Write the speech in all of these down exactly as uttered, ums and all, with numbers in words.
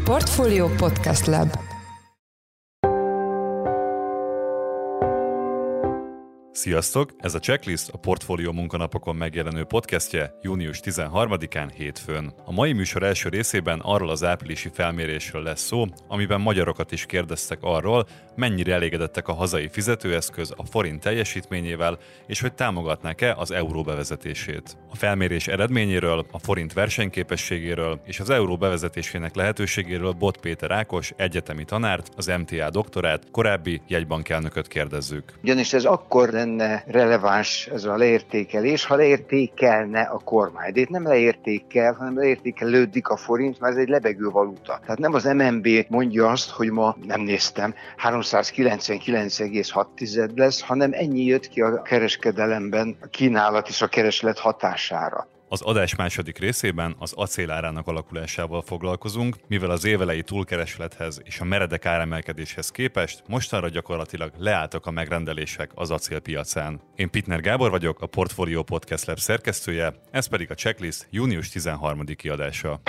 Portfolio Podcast Lab. Sziasztok! Ez a Checklist a Portfolio munkanapokon megjelenő podcastje június tizenharmadikán hétfőn. A mai műsor első részében arról az áprilisi felmérésről lesz szó, amiben magyarokat is kérdeztek arról, mennyire elégedettek a hazai fizetőeszköz a forint teljesítményével, és hogy támogatnák-e az euró bevezetését. A felmérés eredményéről, a forint versenyképességéről és az euró bevezetésének lehetőségéről Bot Péter Ákos, egyetemi tanárt, az em té á doktorát, korábbi jegybankelnököt kérdezzük. Ugyanis ez akkor lenne releváns ez a leértékelés, ha leértékelne a kormány. De itt nem leértékel, hanem leértékelődik a forint, mert ez egy lebegő valuta. Tehát nem az em en bé mondja azt, hogy ma, nem néztem, háromszázkilencvenkilenc egész hat lesz, hanem ennyi jött ki a kereskedelemben a kínálat és a kereslet hatására. Az adás második részében az acél árának alakulásával foglalkozunk, mivel az évelei túlkereslethez és a meredek áremelkedéshez képest mostanra gyakorlatilag leálltak a megrendelések az acélpiacán. Én Pittner Gábor vagyok, a Portfolio Podcast Lab szerkesztője, ez pedig a Checklist június tizenharmadiki kiadása.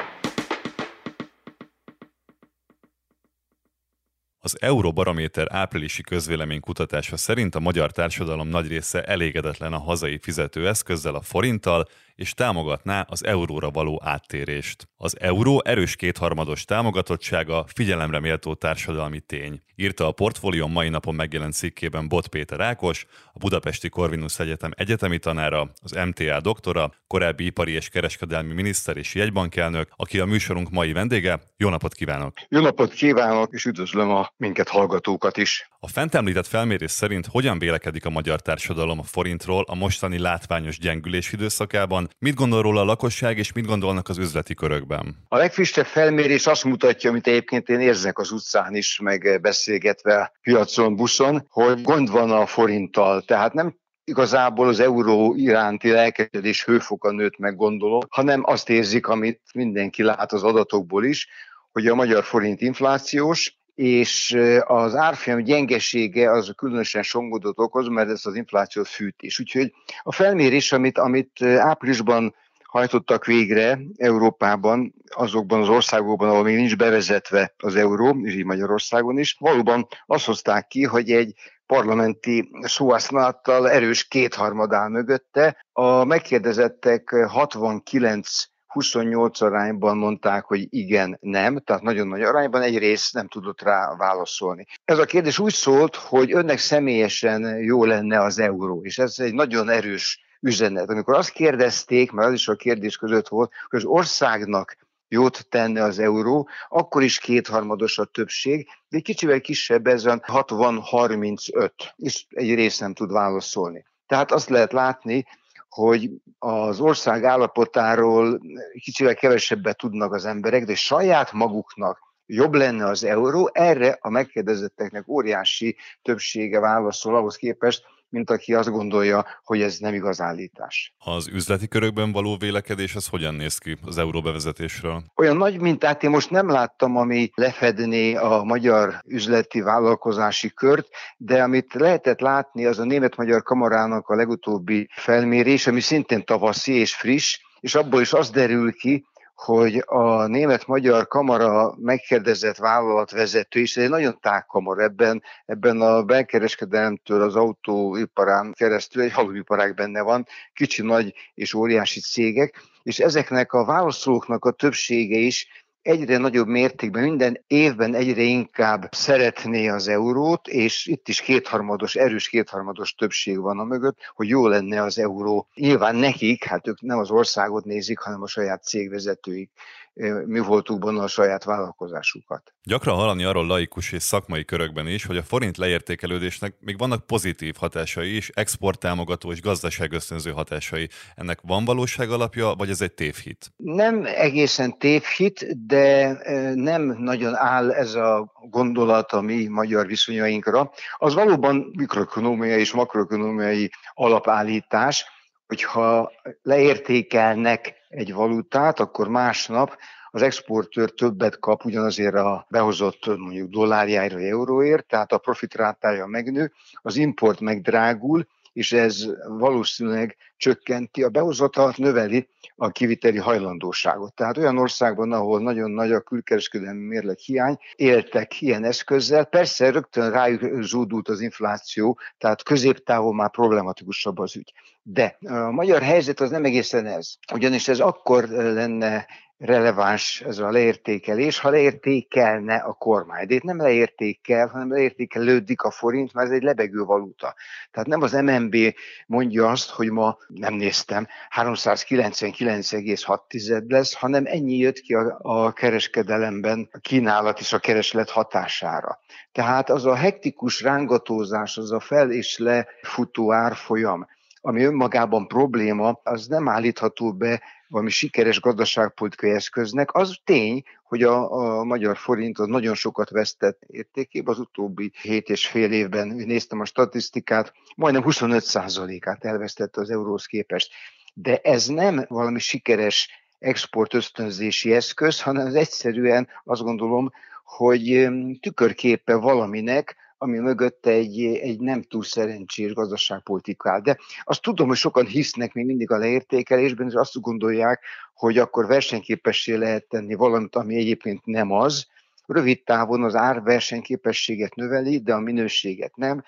Az Euróbarométer áprilisi közvéleménykutatása szerint a magyar társadalom nagy része elégedetlen a hazai fizetőeszközzel, a forinttal, és támogatná az euróra való áttérést. Az euró erős kétharmados támogatottsága figyelemre méltó társadalmi tény, írta a Portfolio mai napon megjelent cikkében Bot Péter Ákos, a Budapesti Corvinus Egyetem egyetemi tanára, az em té á doktora, korábbi ipari és kereskedelmi miniszter és jegybankelnök, aki a műsorunk mai vendége. Jó napot kívánok! Jó napot kívánok, és üdvözlöm a minket hallgatókat is! A fent említett felmérés szerint hogyan vélekedik a magyar társadalom a forintról a mostani látványos gyengülés időszakában? Mit gondol róla a lakosság, és mit gondolnak az üzleti körökben? A legfrissebb felmérés azt mutatja, amit egyébként én érzek az utcán is, meg beszélgetve piacon, buszon, hogy gond van a forinttal. Tehát nem igazából az euró iránti lelkesedés hőfoka nőtt meg, gondolom, hanem azt érzik, amit mindenki lát az adatokból is, hogy a magyar forint inflációs, és az árfolyam gyengesége az különösen songodot okoz, mert ez az inflációt fűtés. Úgyhogy a felmérés, amit, amit áprilisban hajtottak végre Európában, azokban az országokban, ahol még nincs bevezetve az euró, és így Magyarországon is, valóban azt hozták ki, hogy egy parlamenti szóhasználattal erős kétharmad áll mögötte. A megkérdezettek hatvankilenc huszonnyolc arányban mondták, hogy igen, nem, tehát nagyon nagy arányban, egy rész nem tudott rá válaszolni. Ez a kérdés úgy szólt, hogy önnek személyesen jó lenne az euró, és ez egy nagyon erős üzenet. Amikor azt kérdezték, mert az is a kérdés között volt, hogy az országnak jót tenne az euró, akkor is kétharmados a többség, de egy kicsivel kisebb, ez a hatvan harmincöt, és egy rész nem tud válaszolni. Tehát azt lehet látni, hogy az ország állapotáról kicsivel kevesebbet tudnak az emberek, de saját maguknak jobb lenne az euró, erre a megkérdezetteknek óriási többsége válaszol ahhoz képest, mint aki azt gondolja, hogy ez nem igaz állítás. Az üzleti körökben való vélekedés az hogyan néz ki az euró bevezetésről? Olyan nagy mintát én most nem láttam, ami lefedné a magyar üzleti vállalkozási kört, de amit lehetett látni, az a Német-Magyar Kamarának a legutóbbi felmérés, ami szintén tavaszi és friss, és abból is az derül ki, hogy a Német-Magyar Kamara megkérdezett vállalatvezető, és ez egy nagyon tág kamara ebben, ebben a belkereskedelemtől az autóiparán keresztül egy halumiparág benne van, kicsi, nagy és óriási cégek, és ezeknek a válaszolóknak a többsége is egyre nagyobb mértékben, minden évben egyre inkább szeretné az eurót, és itt is kétharmados, erős kétharmados többség van a mögött, hogy jó lenne az euró. Nyilván nekik, hát ők nem az országot nézik, hanem a saját cégvezetőik mi voltukban a saját vállalkozásukat. Gyakran hallani arról laikus és szakmai körökben is, hogy a forint leértékelődésnek még vannak pozitív hatásai is, exporttámogató és gazdaságösztönző hatásai. Ennek van valóság alapja, vagy ez egy tévhit? Nem egészen tévhit, de nem nagyon áll ez a gondolat a mi magyar viszonyainkra. Az valóban mikroökonómiai és makroökonómiai alapállítás, hogyha leértékelnek egy valutát, akkor másnap az exportőr többet kap ugyanazért a behozott mondjuk dollárjáért vagy euróért, tehát a profitrátája megnő, az import megdrágul, és ez valószínűleg csökkenti a behozatalt, növeli a kiviteli hajlandóságot. Tehát olyan országban, ahol nagyon nagy a külkereskedelmi mérleg hiány, éltek ilyen eszközzel. Persze rögtön rájuk zúdult az infláció, tehát középtávon már problematikusabb az ügy. De a magyar helyzet az nem egészen ez. Ugyanis ez akkor lenne releváns ez a leértékelés, ha leértékelne a kormány. De itt nem leértékel, hanem leértékelődik a forint, mert ez egy lebegő valuta. Tehát nem az em en bé mondja azt, hogy ma, nem néztem, háromszázkilencvenkilenc egész hat lesz, hanem ennyi jött ki a, a kereskedelemben a kínálat és a kereslet hatására. Tehát az a hektikus rángatózás, az a fel és lefutó árfolyam, ami önmagában probléma, az nem állítható be valami sikeres gazdaságpolitikai eszköznek. Az tény, hogy a, a magyar forint az nagyon sokat vesztett értékében, az utóbbi hét és fél évben, néztem a statisztikát, majdnem huszonöt százalékát elvesztette az euróhoz képest. De ez nem valami sikeres export ösztönzési eszköz, hanem ez egyszerűen azt gondolom, hogy tükörképe valaminek, ami mögötte egy, egy nem túl szerencsés gazdaságpolitika áll. De azt tudom, hogy sokan hisznek még mindig a leértékelésben, és azt gondolják, hogy akkor versenyképessé lehet tenni valamit, ami egyébként nem az. Rövid távon az ár versenyképességet növeli, de a minőséget nem,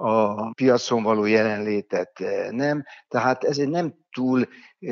a piacon való jelenlétet nem. Tehát ez egy nem túl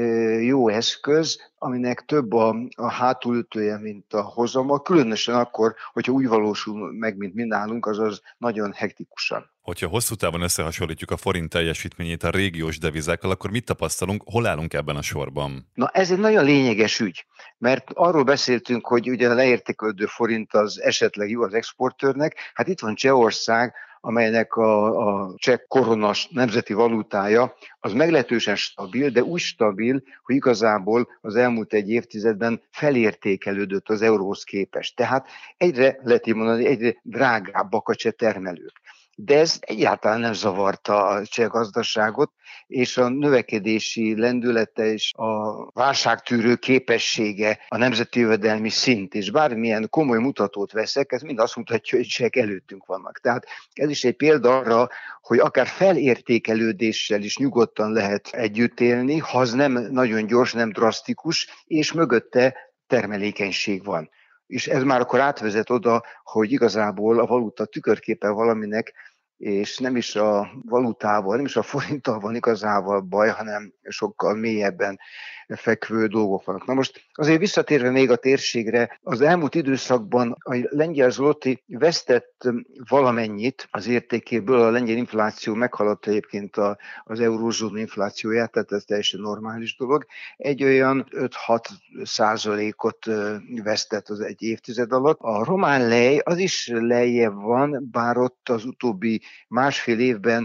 jó eszköz, aminek több a, a hátulütője, mint a hozama, különösen akkor, hogyha úgy valósul meg, mint mi nálunk, azaz nagyon hektikusan. Hogyha hosszú távon összehasonlítjuk a forint teljesítményét a régiós devizákkal, akkor mit tapasztalunk, hol állunk ebben a sorban? Na ez egy nagyon lényeges ügy, mert arról beszéltünk, hogy ugye a leértékelődő forint az esetleg jó az exportőrnek, hát itt van Csehország, amelynek a, a cseh koronas nemzeti valutája az meglehetősen stabil, de úgy stabil, hogy igazából az elmúlt egy évtizedben felértékelődött az euróhoz képest. Tehát egyre, lehet így mondani, egyre drágábbak a cseh termelők. De ez egyáltalán nem zavarta a cseh gazdaságot, és a növekedési lendülete és a válságtűrő képessége, a nemzeti jövedelmi szint, és bármilyen komoly mutatót veszek, ez mind azt mutatja, hogy csehek előttünk vannak. Tehát ez is egy példa arra, hogy akár felértékelődéssel is nyugodtan lehet együtt élni, ha az nem nagyon gyors, nem drasztikus, és mögötte termelékenység van. És ez már akkor átvezet oda, hogy igazából a valuta tükörképe valaminek, és nem is a valutával, nem is a forinttal van igazával baj, hanem sokkal mélyebben fekvő dolgok vannak. Na most azért visszatérve még a térségre, az elmúlt időszakban a lengyel zloty vesztett valamennyit az értékéből, a lengyel infláció meghaladta egyébként a, az eurózóna inflációját, tehát ez teljesen normális dolog. Egy olyan öt-hat százalékot vesztett az egy évtized alatt. A román lej az is lejjebb van, bár ott az utóbbi másfél évben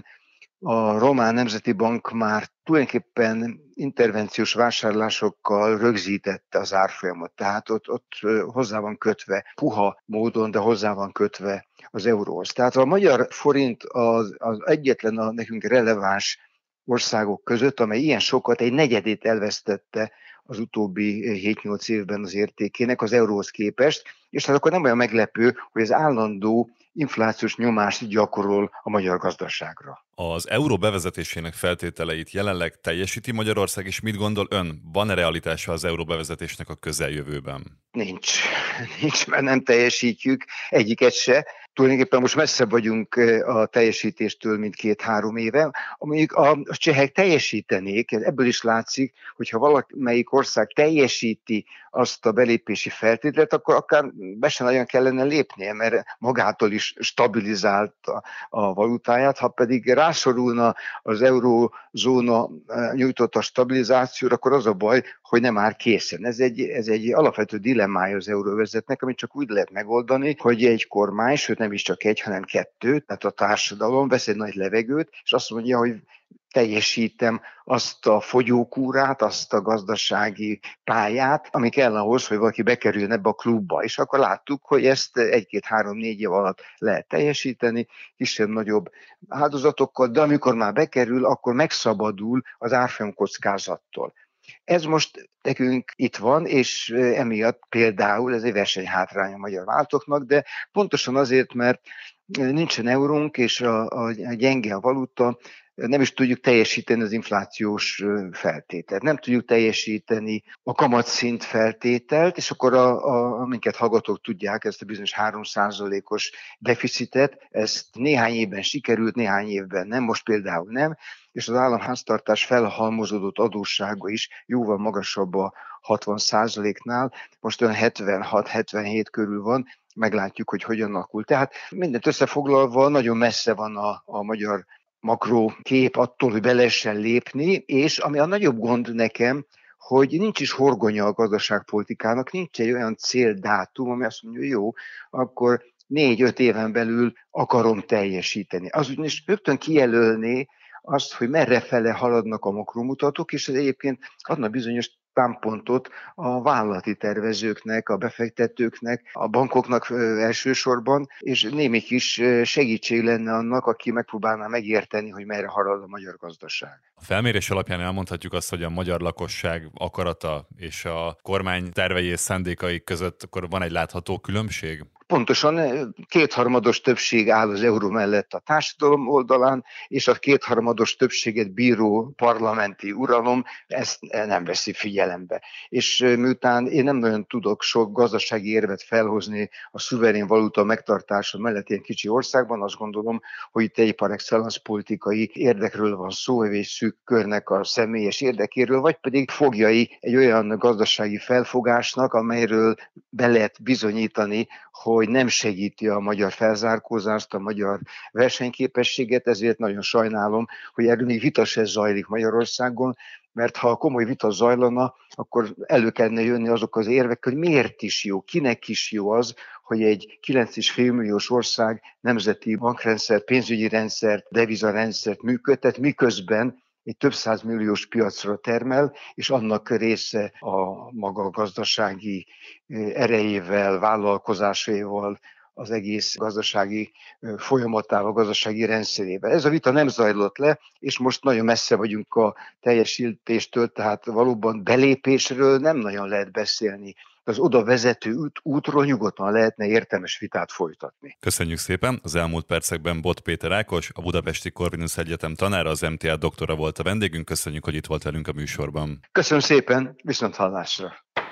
a Román Nemzeti Bank már tulajdonképpen intervenciós vásárlásokkal rögzítette az árfolyamot. Tehát ott, ott hozzá van kötve, puha módon, de hozzá van kötve az euróhoz. Tehát a magyar forint az, az egyetlen a nekünk releváns országok között, amely ilyen sokat, egy negyedét elvesztette az utóbbi hét-nyolc évben az értékének az euróhoz képest, és hát akkor nem olyan meglepő, hogy az állandó inflációs nyomást gyakorol a magyar gazdaságra. Az euró bevezetésének feltételeit jelenleg teljesíti Magyarország, és mit gondol ön? Van-e realitása az euró bevezetésnek a közeljövőben? Nincs. Nincs, mert nem teljesítjük egyiket se. Tulajdonképpen most messzebb vagyunk a teljesítéstől, mint két-három éve. Mondjuk a csehek teljesítenék, ebből is látszik, hogyha valamelyik ország teljesíti azt a belépési feltételt, akkor akár be sem nagyon kellene lépnie, mert magától is stabilizált a, a valutáját. Ha pedig rászorulna az eurózóna nyújtotta stabilizációra, akkor az a baj, hogy nem áll készen. Ez egy, ez egy alapvető dilemmája az euróvezetnek, amit csak úgy lehet megoldani, hogy egy kormány, sőt nem is csak egy, hanem kettő, tehát a társadalom vesz egy nagy levegőt, és azt mondja, hogy teljesítem azt a fogyókúrát, azt a gazdasági pályát, ami kell ahhoz, hogy valaki bekerüljön ebbe a klubba. És akkor láttuk, hogy ezt egy-két-három-négy év alatt lehet teljesíteni, kisebb-nagyobb áldozatokkal, de amikor már bekerül, akkor megszabadul az árfolyam kockázattól. Ez most nekünk itt van, és emiatt például ez egy versenyhátrány a magyar vállalatoknak, de pontosan azért, mert nincsen eurónk, és a, a gyenge a valuta, nem is tudjuk teljesíteni az inflációs feltételt, nem tudjuk teljesíteni a kamatszint feltételt, és akkor a, a, minket hallgatók tudják ezt a bizonyos három százalékos deficitet, ezt néhány évben sikerült, néhány évben nem, most például nem, és az államháztartás felhalmozódott adóssága is jóval magasabb a hatvan százaléknál, most olyan hetvenhat hetvenhét körül van, meglátjuk, hogy hogyan alakul. Tehát mindent összefoglalva nagyon messze van a, a magyar makrokép attól, hogy be lehessen lépni, és ami a nagyobb gond nekem, hogy nincs is horgonya a gazdaságpolitikának, nincs egy olyan céldátum, ami azt mondja, hogy jó, akkor négy-öt éven belül akarom teljesíteni. Az ugyanis rögtön kijelölné azt, hogy merre fele haladnak a makromutatók, és ez egyébként adna bizonyos támpontot a vállalati tervezőknek, a befektetőknek, a bankoknak elsősorban, és némi kis segítség lenne annak, aki megpróbálná megérteni, hogy merre halad a magyar gazdaság. A felmérés alapján elmondhatjuk azt, hogy a magyar lakosság akarata és a kormány tervei és szándékai között akkor van egy látható különbség? Pontosan kétharmados többség áll az euró mellett a társadalom oldalán, és a kétharmados többséget bíró parlamenti uralom ezt nem veszi figyelembe. És miután én nem nagyon tudok sok gazdasági érvet felhozni a szuverén valuta megtartása mellett ilyen kicsi országban, azt gondolom, hogy itt egy par excellence politikai érdekről van szó, egy szűk körnek a személyes érdekéről, vagy pedig fogjai egy olyan gazdasági felfogásnak, amelyről be lehet bizonyítani, hogy nem segíti a magyar felzárkózást, a magyar versenyképességet, ezért nagyon sajnálom, hogy erről még vita se zajlik Magyarországon, mert ha komoly vita zajlana, akkor elő kellene jönni azok az érvek, hogy miért is jó, kinek is jó az, hogy egy kilenc egész öt milliós ország nemzeti bankrendszert, pénzügyi rendszert, devizarendszert működtet, miközben egy több százmilliós piacra termel, és annak része a maga gazdasági erejével, vállalkozásaival, az egész gazdasági folyamatával, gazdasági rendszerével. Ez a vita nem zajlott le, és most nagyon messze vagyunk a teljesítéstől, tehát valóban belépésről nem nagyon lehet beszélni. Az oda vezető út, útról nyugodtan lehetne értelmes vitát folytatni. Köszönjük szépen! Az elmúlt percekben Bot Péter Ákos, a Budapesti Corvinus Egyetem tanára, az em té á doktora volt a vendégünk. Köszönjük, hogy itt volt velünk a műsorban. Köszönöm szépen, viszont hallásra!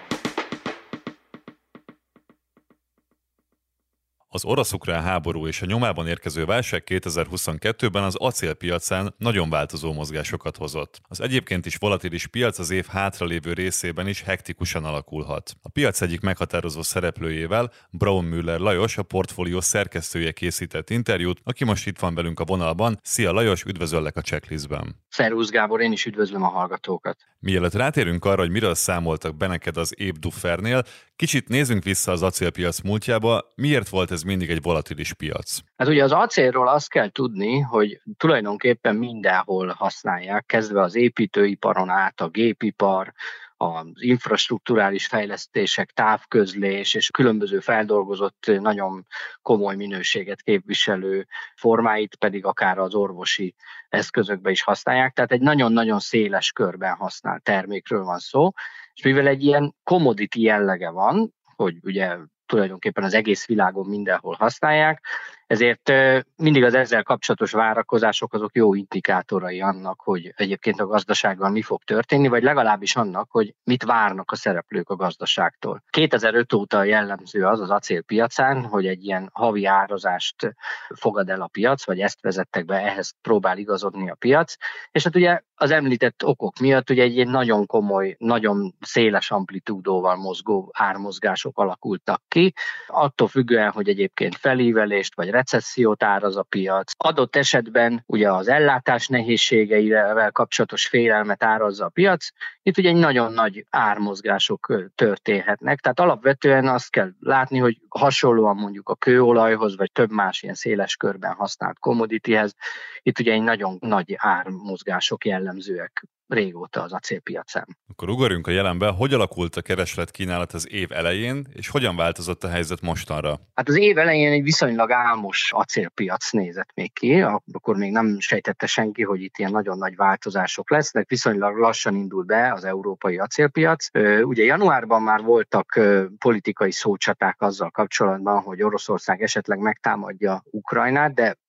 Az orosz-ukrán háború és a nyomában érkező válság kétezer-huszonkettőben az acélpiacán nagyon változó mozgásokat hozott. Az egyébként is volatilis piac az év hátralévő részében is hektikusan alakulhat. A piac egyik meghatározó szereplőjével, Braun-Müller Lajos, a portfólió szerkesztője készített interjút, aki most itt van velünk a vonalban. Szia Lajos, üdvözöllek a Checklistben. Szervusz Gábor, én is üdvözlöm a hallgatókat. Mielőtt rátérünk arra, hogy miről számoltak be neked az Ébduffernél, kicsit nézzünk vissza az acélpiac múltjába. Miért volt ez mindig egy volatilis piac? Hát ugye az acélról azt kell tudni, hogy tulajdonképpen mindenhol használják, kezdve az építőiparon át, a gépipar, az infrastrukturális fejlesztések, távközlés és különböző feldolgozott, nagyon komoly minőséget képviselő formáit pedig akár az orvosi eszközökbe is használják. Tehát egy nagyon-nagyon széles körben használt termékről van szó, és mivel egy ilyen commodity jellege van, hogy ugye tulajdonképpen az egész világon mindenhol használják, ezért mindig az ezzel kapcsolatos várakozások azok jó indikátorai annak, hogy egyébként a gazdasággal mi fog történni, vagy legalábbis annak, hogy mit várnak a szereplők a gazdaságtól. kétezer-öt óta jellemző az az acélpiacán, hogy egy ilyen havi árazást fogad el a piac, vagy ezt vezettek be, ehhez próbál igazodni a piac, és hát ugye az említett okok miatt ugye egy ilyen nagyon komoly, nagyon széles amplitúdóval mozgó ármozgások alakultak ki, attól függően, hogy egyébként felívelést vagy recessziót áraz a piac. Adott esetben ugye az ellátás nehézségeivel kapcsolatos félelmet árazza a piac. Itt ugye egy nagyon nagy ármozgások történhetnek. Tehát alapvetően azt kell látni, hogy hasonlóan mondjuk a kőolajhoz, vagy több más ilyen széles körben használt commodityhez, itt ugye egy nagyon nagy ármozgások jellemzőek régóta az acélpiacán. Akkor ugorjunk a jelenbe, hogy alakult a kereslet-kínálat az év elején, és hogyan változott a helyzet mostanra? Hát az év elején egy viszonylag álmos acélpiac nézett még ki, akkor még nem sejtette senki, hogy itt ilyen nagyon nagy változások lesznek, viszonylag lassan indult be az európai acélpiac. Ugye januárban már voltak politikai szócsaták azzal kapcsolatban, hogy Oroszország esetleg megtámadja Ukrajnát, de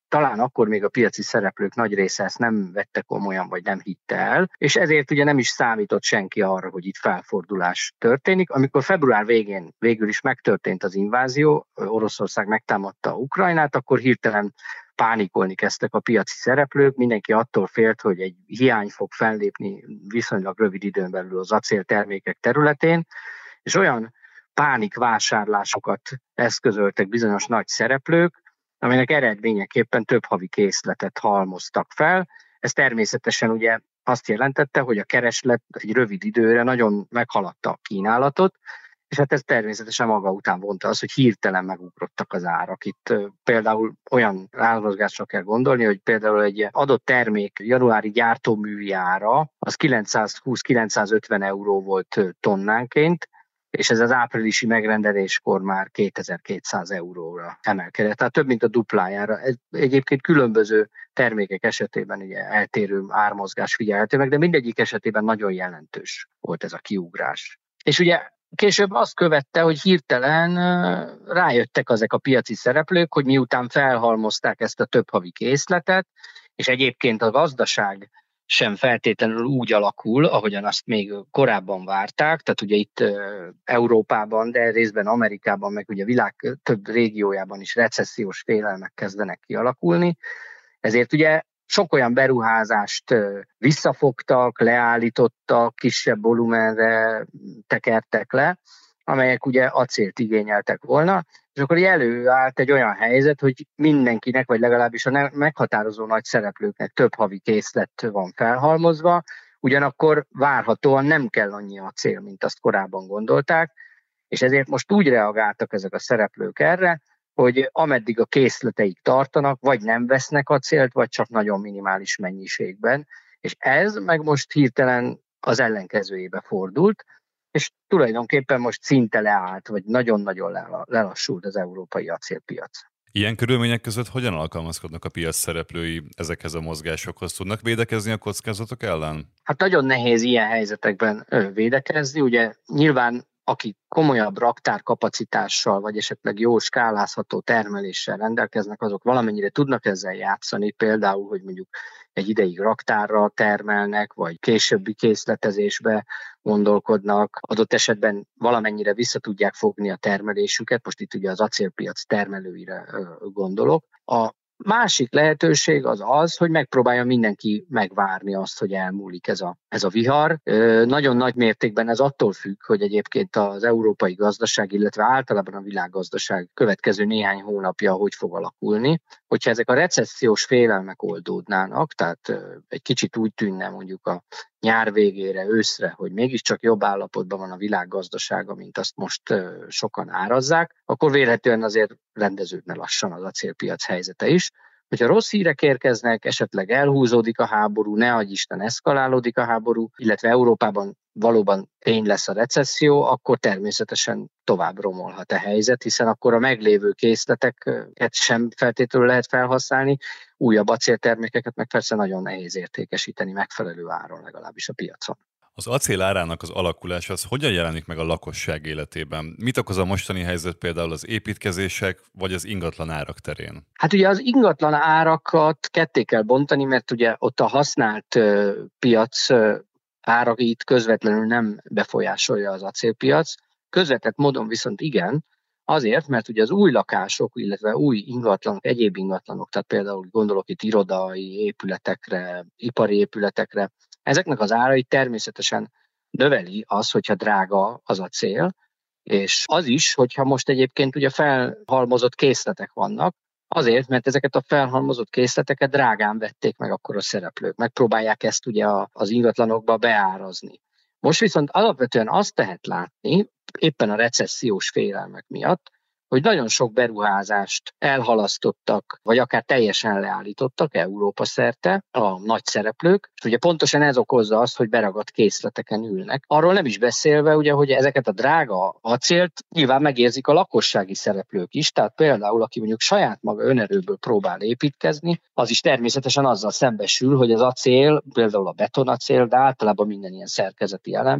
talán akkor még a piaci szereplők nagy része ezt nem vette komolyan, vagy nem hitte el, és ezért ugye nem is számított senki arra, hogy itt felfordulás történik. Amikor február végén végül is megtörtént az invázió, Oroszország megtámadta Ukrajnát, akkor hirtelen pánikolni kezdtek a piaci szereplők, mindenki attól félt, hogy egy hiány fog fellépni viszonylag rövid időn belül az acéltermékek területén, és olyan pánikvásárlásokat eszközöltek bizonyos nagy szereplők, aminek eredményeképpen több havi készletet halmoztak fel. Ez természetesen ugye azt jelentette, hogy a kereslet egy rövid időre nagyon meghaladta a kínálatot, és hát ez természetesen maga után vonta az, hogy hirtelen megugrottak az árak. Itt például olyan ármozgásra kell gondolni, hogy például egy adott termék januári gyártóművi ára az kilencszázhúsz-kilencszázötven euró volt tonnánként, és ez az áprilisi megrendeléskor már kétezer-kétszáz euróra emelkedett. Tehát több mint a duplájára. Ez egyébként különböző termékek esetében ugye eltérő ármozgás figyelhető meg, de mindegyik esetében nagyon jelentős volt ez a kiugrás. És ugye később azt követte, hogy hirtelen rájöttek ezek a piaci szereplők, hogy miután felhalmozták ezt a több havi készletet, és egyébként a gazdaság sem feltétlenül úgy alakul, ahogyan azt még korábban várták, tehát ugye itt Európában, de részben Amerikában, meg ugye a világ több régiójában is recessziós félelmek kezdenek kialakulni, ezért ugye sok olyan beruházást visszafogtak, leállítottak, kisebb volumenre tekertek le, amelyek ugye acélt igényeltek volna, és akkor előállt egy olyan helyzet, hogy mindenkinek, vagy legalábbis a meghatározó nagy szereplőknek több havi készlet van felhalmozva, ugyanakkor várhatóan nem kell annyi acél, mint azt korábban gondolták, és ezért most úgy reagáltak ezek a szereplők erre, hogy ameddig a készleteik tartanak, vagy nem vesznek acélt, vagy csak nagyon minimális mennyiségben, és ez meg most hirtelen az ellenkezőjébe fordult, és tulajdonképpen most szinte leállt, vagy nagyon-nagyon lelassult az európai acélpiac. Ilyen körülmények között hogyan alkalmazkodnak a piac szereplői ezekhez a mozgásokhoz? Tudnak védekezni a kockázatok ellen? Hát nagyon nehéz ilyen helyzetekben védekezni. Ugye nyilván akik komolyabb raktárkapacitással, vagy esetleg jó skálázható termeléssel rendelkeznek, azok valamennyire tudnak ezzel játszani, például, hogy mondjuk egy ideig raktárra termelnek, vagy későbbi készletezésbe gondolkodnak, adott esetben valamennyire vissza tudják fogni a termelésüket, most itt ugye az acélpiac termelőire gondolok. A másik lehetőség az az, hogy megpróbálja mindenki megvárni azt, hogy elmúlik ez a, ez a vihar. Ö, nagyon nagy mértékben ez attól függ, hogy egyébként az európai gazdaság, illetve általában a világgazdaság következő néhány hónapja hogy fog alakulni. Hogyha ezek a recessziós félelmek oldódnának, tehát ö, egy kicsit úgy tűnne mondjuk a nyár végére, őszre, hogy mégiscsak jobb állapotban van a világgazdasága, mint azt most ö, sokan árazzák, akkor vélhetően azért rendeződne lassan az acélpiac helyzete is. Hogyha rossz hírek érkeznek, esetleg elhúzódik a háború, ne adj Isten, eszkalálódik a háború, illetve Európában valóban tény lesz a recesszió, akkor természetesen tovább romolhat a helyzet, hiszen akkor a meglévő készleteket sem feltétlenül lehet felhasználni, újabb acéltermékeket meg persze nagyon nehéz értékesíteni megfelelő áron, legalábbis a piacon. Az acél árának az alakulása az hogyan jelenik meg a lakosság életében? Mit okoz a mostani helyzet például az építkezések vagy az ingatlan árak terén? Hát ugye az ingatlan árakat ketté kell bontani, mert ugye ott a használt uh, piac uh, árait közvetlenül nem befolyásolja az acélpiac. Közvetett módon viszont igen, azért, mert ugye az új lakások, illetve új ingatlanok, egyéb ingatlanok, tehát például gondolok itt irodai épületekre, ipari épületekre, ezeknek az árait természetesen növeli az, hogyha drága az acél, és az is, hogyha most egyébként ugye felhalmozott készletek vannak, azért, mert ezeket a felhalmozott készleteket drágán vették meg akkor a szereplők. Megpróbálják ezt ugye az ingatlanokba beárazni. Most viszont alapvetően azt lehet látni, éppen a recessziós félelmek miatt, hogy nagyon sok beruházást elhalasztottak, vagy akár teljesen leállítottak Európa szerte a nagy szereplők, és ugye pontosan ez okozza azt, hogy beragadt készleteken ülnek. Arról nem is beszélve, ugye, hogy ezeket a drága acélt nyilván megérzik a lakossági szereplők is, tehát például, aki mondjuk saját maga önerőből próbál építkezni, az is természetesen azzal szembesül, hogy az acél, például a betonacél, de általában minden ilyen szerkezeti elem,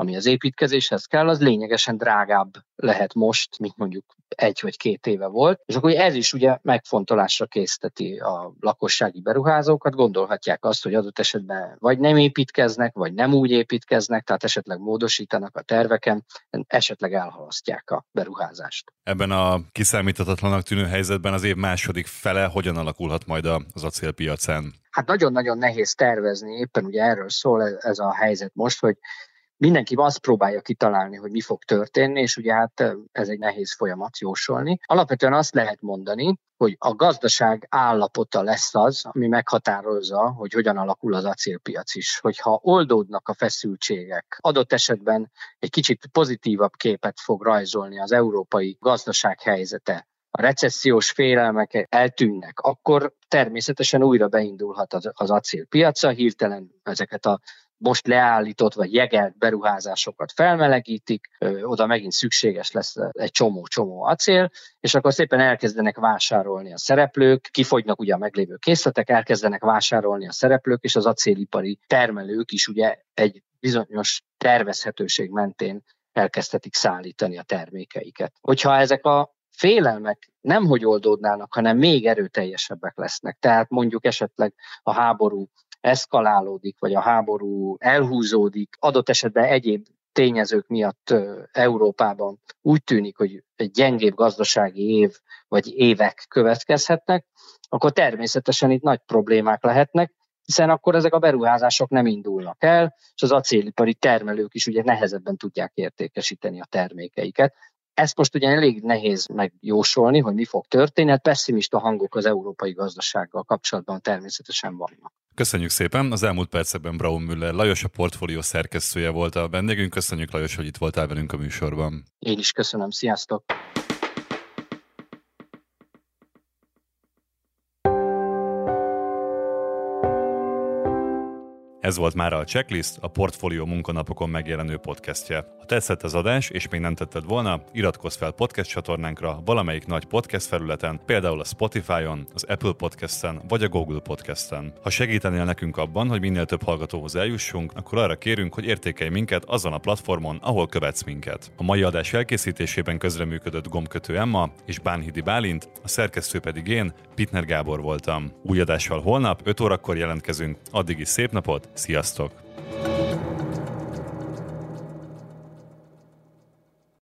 ami az építkezéshez kell, az lényegesen drágább lehet most, mint mondjuk egy vagy két éve volt. És akkor ez is ugye megfontolásra készteti a lakossági beruházókat, gondolhatják azt, hogy adott esetben vagy nem építkeznek, vagy nem úgy építkeznek, tehát esetleg módosítanak a terveken, esetleg elhalasztják a beruházást. Ebben a kiszámíthatatlanak tűnő helyzetben az év második fele hogyan alakulhat majd az acélpiacán? Hát nagyon-nagyon nehéz tervezni, éppen ugye erről szól ez a helyzet most, hogy mindenki azt próbálja kitalálni, hogy mi fog történni, és ugye hát ez egy nehéz folyamat jósolni. Alapvetően azt lehet mondani, hogy a gazdaság állapota lesz az, ami meghatározza, hogy hogyan alakul az acélpiac is. Hogyha oldódnak a feszültségek, adott esetben egy kicsit pozitívabb képet fog rajzolni az európai gazdaság helyzete, a recessziós félelmek eltűnnek, akkor természetesen újra beindulhat az, az acélpiaca, hirtelen ezeket a most leállított vagy jegelt beruházásokat felmelegítik, ö, oda megint szükséges lesz egy csomó-csomó acél, és akkor szépen elkezdenek vásárolni a szereplők, kifogynak ugye a meglévő készletek, elkezdenek vásárolni a szereplők, és az acélipari termelők is ugye egy bizonyos tervezhetőség mentén elkezdhetik szállítani a termékeiket. Hogyha ezek a félelmek nemhogy oldódnának, hanem még erőteljesebbek lesznek, tehát mondjuk esetleg a háború eszkalálódik, vagy a háború elhúzódik, adott esetben egyéb tényezők miatt Európában úgy tűnik, hogy egy gyengébb gazdasági év vagy évek következhetnek, akkor természetesen itt nagy problémák lehetnek, hiszen akkor ezek a beruházások nem indulnak el, és az acélipari termelők is ugye nehezebben tudják értékesíteni a termékeiket. Ezt most ugye elég nehéz megjósolni, hogy mi fog történni, hát pessimista hangok az európai gazdasággal kapcsolatban természetesen vannak. Köszönjük szépen! Az elmúlt percekben Braunmüller Lajos, a Portfolio szerkesztője volt a vendégünk. Köszönjük, Lajos, hogy itt voltál velünk a műsorban. Én is köszönöm, sziasztok! Ez volt már a Checklist, a Portfolio munkanapokon megjelenő podcastje. Ha tetszett az adás, és még nem tetted volna, iratkozz fel podcast csatornánkra valamelyik nagy podcast felületen, például a Spotify-on, az Apple Podcast-en vagy a Google Podcast-en. Ha segítenél nekünk abban, hogy minél több hallgatóhoz eljussunk, akkor arra kérünk, hogy értékelj minket azon a platformon, ahol követsz minket. A mai adás elkészítésében közreműködött Gombkötő Emma és Bánhidi Bálint, a szerkesztő pedig én, Pittner Gábor voltam. Új adással holnap öt órakor jelentkezünk, addig is szép napot, sziasztok!